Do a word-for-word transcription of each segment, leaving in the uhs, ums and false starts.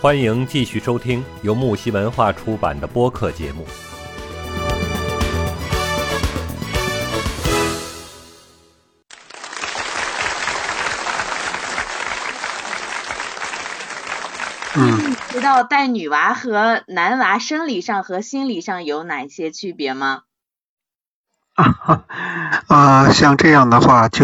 欢迎继续收听由木西文化出版的播客节目。 嗯，知道带女娃和男娃生理上和心理上有哪些区别吗？ 啊，呃，像这样的话，就是，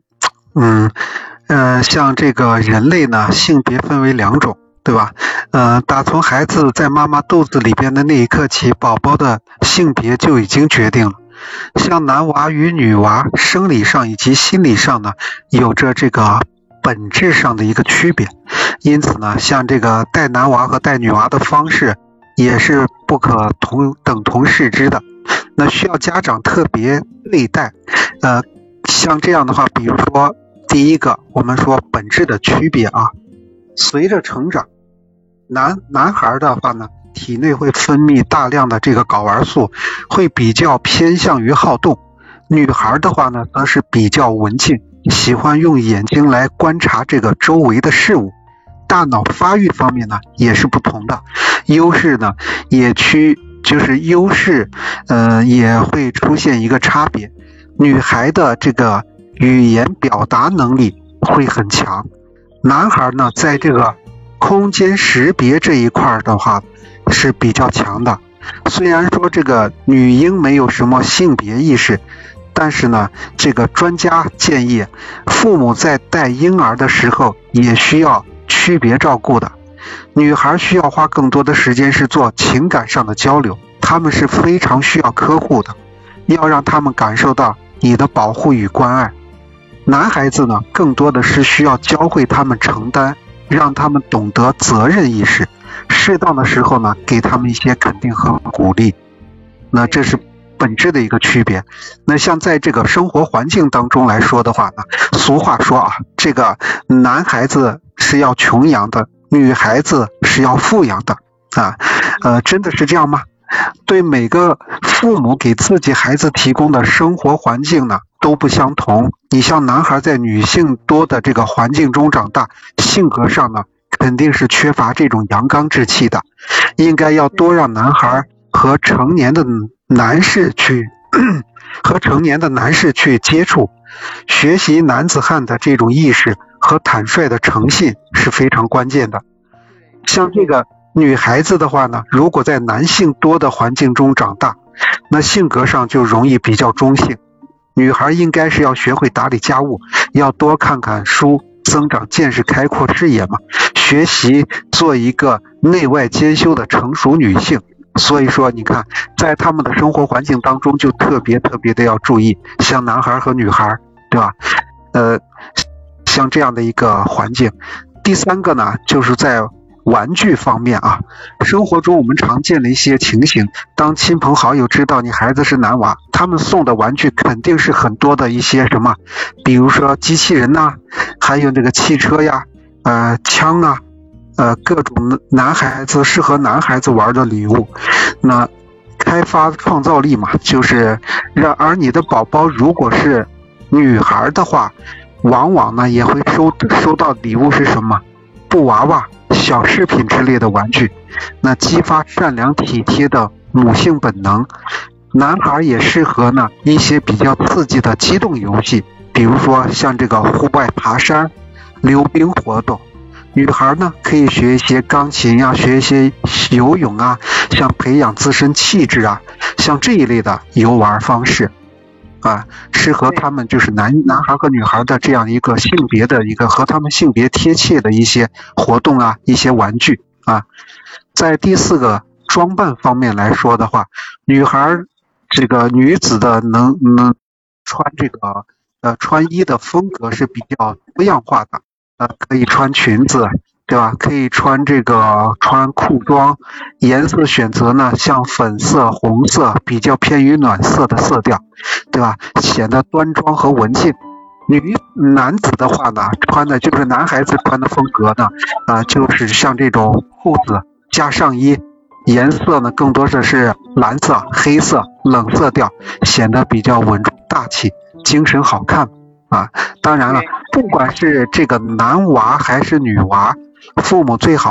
嗯，呃，像这个人类呢，性别分为两种，对吧？呃，打从孩子在妈妈肚子里边的那一刻起，宝宝的性别就已经决定了。像男娃与女娃，生理上以及心理上呢，有着这个本质上的一个区别。因此呢，像这个带男娃和带女娃的方式，也是不可同等同视之的。那需要家长特别对待。呃，像这样的话，比如说第一个，我们说本质的区别啊，随着成长，男男孩的话呢，体内会分泌大量的这个睾丸素，会比较偏向于好动；女孩的话呢，则是比较文静，喜欢用眼睛来观察这个周围的事物。大脑发育方面呢，也是不同的，优势呢也区。就是优势，呃，也会出现一个差别。女孩的这个语言表达能力会很强，男孩呢，在这个空间识别这一块的话是比较强的。虽然说这个女婴没有什么性别意识，但是呢，这个专家建议，父母在带婴儿的时候也需要区别照顾的。女孩需要花更多的时间是做情感上的交流，她们是非常需要呵护的，要让她们感受到你的保护与关爱。男孩子呢，更多的是需要教会他们承担，让他们懂得责任意识，适当的时候呢，给他们一些肯定和鼓励。那这是本质的一个区别。那像在这个生活环境当中来说的话呢，俗话说啊，这个男孩子是要穷养的，女孩子是要富养的啊，呃，真的是这样吗？对每个父母给自己孩子提供的生活环境呢都不相同。你像男孩在女性多的这个环境中长大，性格上呢肯定是缺乏这种阳刚之气的，应该要多让男孩和成年的男士去和成年的男士去接触，学习男子汉的这种意识和坦率的诚信是非常关键的。像这个女孩子的话呢，如果在男性多的环境中长大，那性格上就容易比较中性。女孩应该是要学会打理家务，要多看看书，增长见识，开阔视野嘛，学习做一个内外兼修的成熟女性。所以说你看，在他们的生活环境当中就特别特别的要注意，像男孩和女孩，对吧？呃，像这样的一个环境。第三个呢，就是在玩具方面啊，生活中我们常见的一些情形，当亲朋好友知道你孩子是男娃，他们送的玩具肯定是很多的一些什么，比如说机器人呐、啊，还有这个汽车呀，呃，枪啊，呃，各种男孩子适合男孩子玩的礼物。那开发创造力嘛，就是让而你的宝宝如果是女孩的话，往往呢也会收收到礼物是什么？布娃娃、小饰品之类的玩具，那激发善良体贴的母性本能。男孩也适合呢一些比较刺激的机动游戏，比如说像这个户外爬山、溜冰活动。女孩呢可以学一些钢琴啊，学一些游泳啊，像培养自身气质啊，像这一类的游玩方式啊，适合他们就是男男孩和女孩的这样一个性别的一个和他们性别贴切的一些活动啊，一些玩具啊。在第四个装扮方面来说的话，女孩这个女子的能能穿这个呃穿衣的风格是比较多样化的，呃可以穿裙子，对吧？可以穿这个穿裤装，颜色选择呢像粉色、红色，比较偏于暖色的色调，对吧？显得端庄和文静。女男子的话呢，穿的就是男孩子穿的风格呢，啊、呃，就是像这种裤子加上衣，颜色呢更多的是蓝色、黑色、冷色调，显得比较稳重大气，精神好看啊。当然了，不管是这个男娃还是女娃，父母最好呢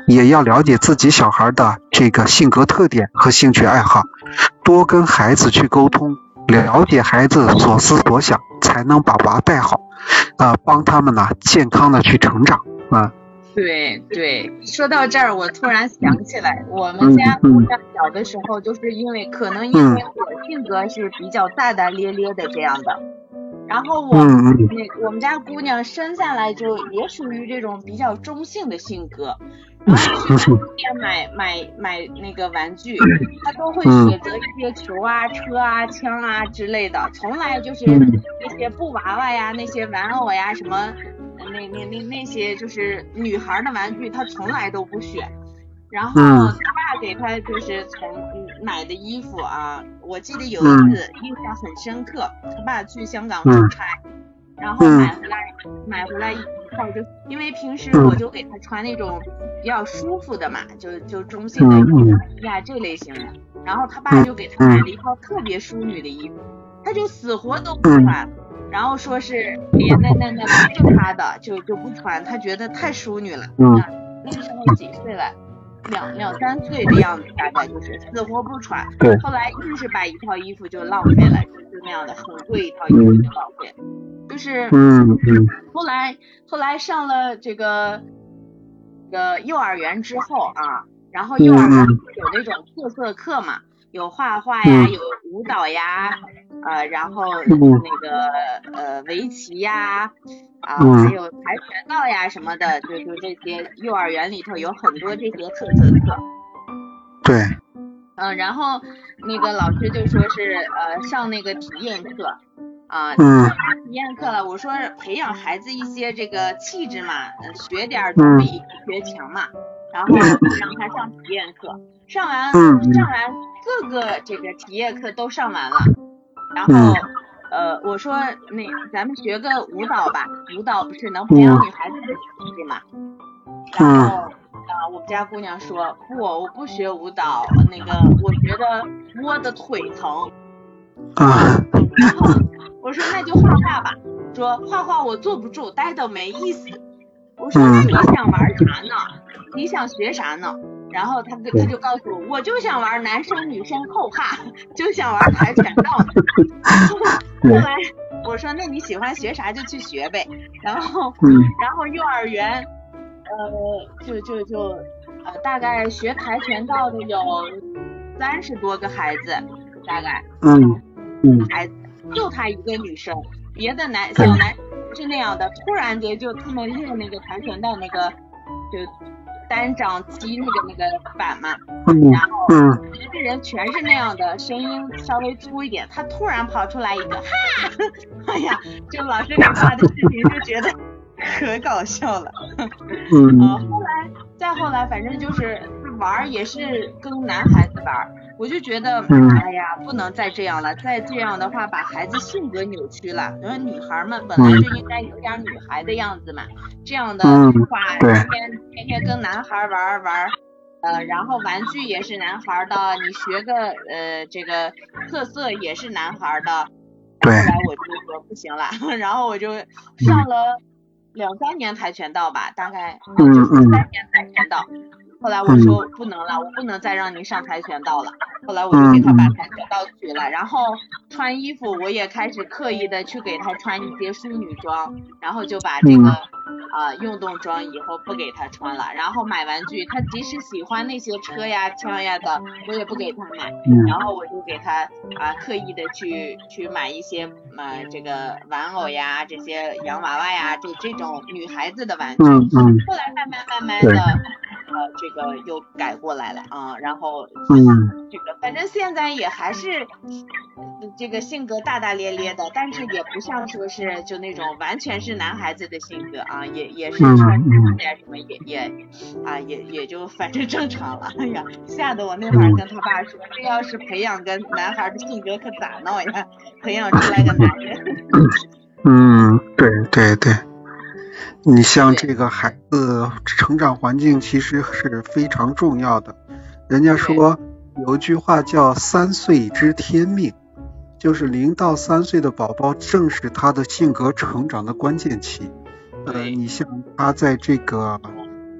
也要了解自己小孩的这个性格特点和兴趣爱好，多跟孩子去沟通，了解孩子所思所想，才能把娃带好，啊、呃，帮他们呢健康的去成长啊。 对对，说到这儿，我突然想起来，我们家姑娘小的时候，就是因为可能因为我性格是比较大大咧咧的这样的，然后我那我们家姑娘生下来就也属于这种比较中性的性格，然后去店买买买那个玩具，她都会选择一些球啊、车啊、枪啊之类的，从来就是那些布娃娃呀、那些玩偶呀什么。那那那那些就是女孩的玩具，她从来都不选。然后她爸给她就是从买的衣服啊，我记得有一次印象很深刻，她爸去香港出差，然后买回来买回来一套，就因为平时我就给她穿那种比较舒服的嘛，就就中性的衣服呀这类型的，然后她爸就给她买了一套特别淑女的衣服，她就死活都不穿。然后说是连那那那不是他的就就不穿，他觉得太淑女了。嗯，那个时候几岁了？两两三岁的样子，大概就是死活不穿。 对。 后来硬是把一套衣服就浪费了，就是那样的很贵一套衣服就浪费。嗯、就是嗯嗯。 后来后来上了这个这个幼儿园之后啊，然后幼儿园有那种特色课嘛。有画画呀，有舞蹈呀，呃，然后那个呃围棋呀，啊、呃，还有跆拳道呀什么的，就就这些幼儿园里头有很多这些特色课。 对。 嗯、呃，然后那个老师就说是呃上那个体验课啊，呃、 嗯， 体验课了，我说培养孩子一些这个气质嘛，呃、学点总比不学强嘛，然后让他上体验课。上完上完各个这个体验课都上完了，然后呃我说那咱们学个舞蹈吧，舞蹈不是能培养女孩子的气质嘛？然后啊、呃、我们家姑娘说不，我不学舞蹈，那个我觉得摸的腿疼。 啊。 然后我说那就画画吧，说画画我坐不住，待着没意思。我说那你想玩啥呢？你想学啥呢？然后他他就告诉我，我就想玩男生女生后怕，就想玩跆拳道。后来我说那你喜欢学啥就去学呗。然后然后幼儿园呃就就就呃大概学跆拳道的有三十多个孩子，大概嗯嗯孩子就他一个女生，别的男小男是那样的，突然间就他们练那个跆拳道那个就单掌击那个那个板嘛，然后别的人全是那样的，声音稍微粗一点，他突然跑出来一个哈，哎呀，就老师给发的视频就觉得可搞笑了。嗯、呃，后来再后来，反正就是玩也是跟男孩子玩，我就觉得，哎呀，不能再这样了，再这样的话把孩子性格扭曲了。因为女孩们本来就应该有点女孩的样子嘛，这样的话，天天天天跟男孩玩玩。呃，然后玩具也是男孩的，你学个呃这个特色也是男孩的， 对。 后来我就说不行了，然后我就上了两三年跆拳道吧，大概嗯就是三年跆拳道。后来我说不能了，我不能再让您上跆拳道了。后来我就给他把跆拳道取了，然后穿衣服我也开始刻意的去给他穿一些淑女装，然后就把这个啊、呃、运动装以后不给他穿了。然后买玩具，他即使喜欢那些车呀枪呀的，我也不给他买，然后我就给他啊、呃、刻意的去去买一些呃这个玩偶呀，这些洋娃娃呀，这这种女孩子的玩具。 嗯嗯。 后来慢慢慢慢的。呃，这个又改过来了啊，然后嗯， 这个反正现在也还是这个性格大大咧咧的，但是也不像说是就那种完全是男孩子的性格啊，也也是穿衣服呀什么也也啊也也就反正正常了。哎呀，吓得我那会儿跟他爸说，这要是培养个男孩的性格可咋闹呀？培养出来个男人。 嗯，对对对。你像这个孩子成长环境其实是非常重要的，人家说有一句话叫三岁知天命，就是零到三岁的宝宝正是他的性格成长的关键期。呃，你像他在这个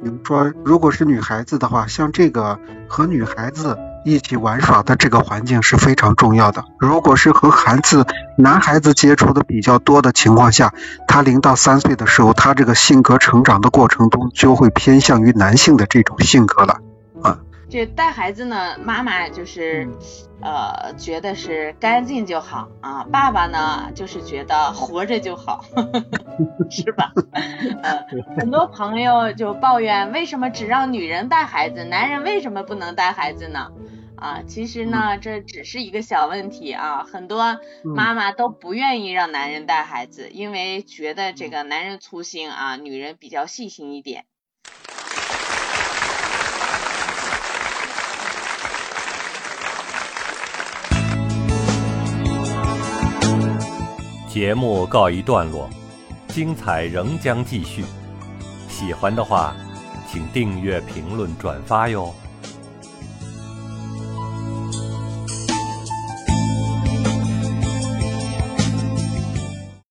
比如说如果是女孩子的话，像这个和女孩子一起玩耍的这个环境是非常重要的。如果是和孩子男孩子接触的比较多的情况下，他零到三岁的时候，他这个性格成长的过程中就会偏向于男性的这种性格了啊。 这带孩子呢，妈妈就是呃觉得是干净就好啊，爸爸呢就是觉得活着就好是吧？呃，很多朋友就抱怨为什么只让女人带孩子，男人为什么不能带孩子呢？啊，其实呢这只是一个小问题啊，很多妈妈都不愿意让男人带孩子，因为觉得这个男人粗心啊，女人比较细心一点。 节目告一段落，精彩仍将继续。喜欢的话，请订阅、评论、转发哟。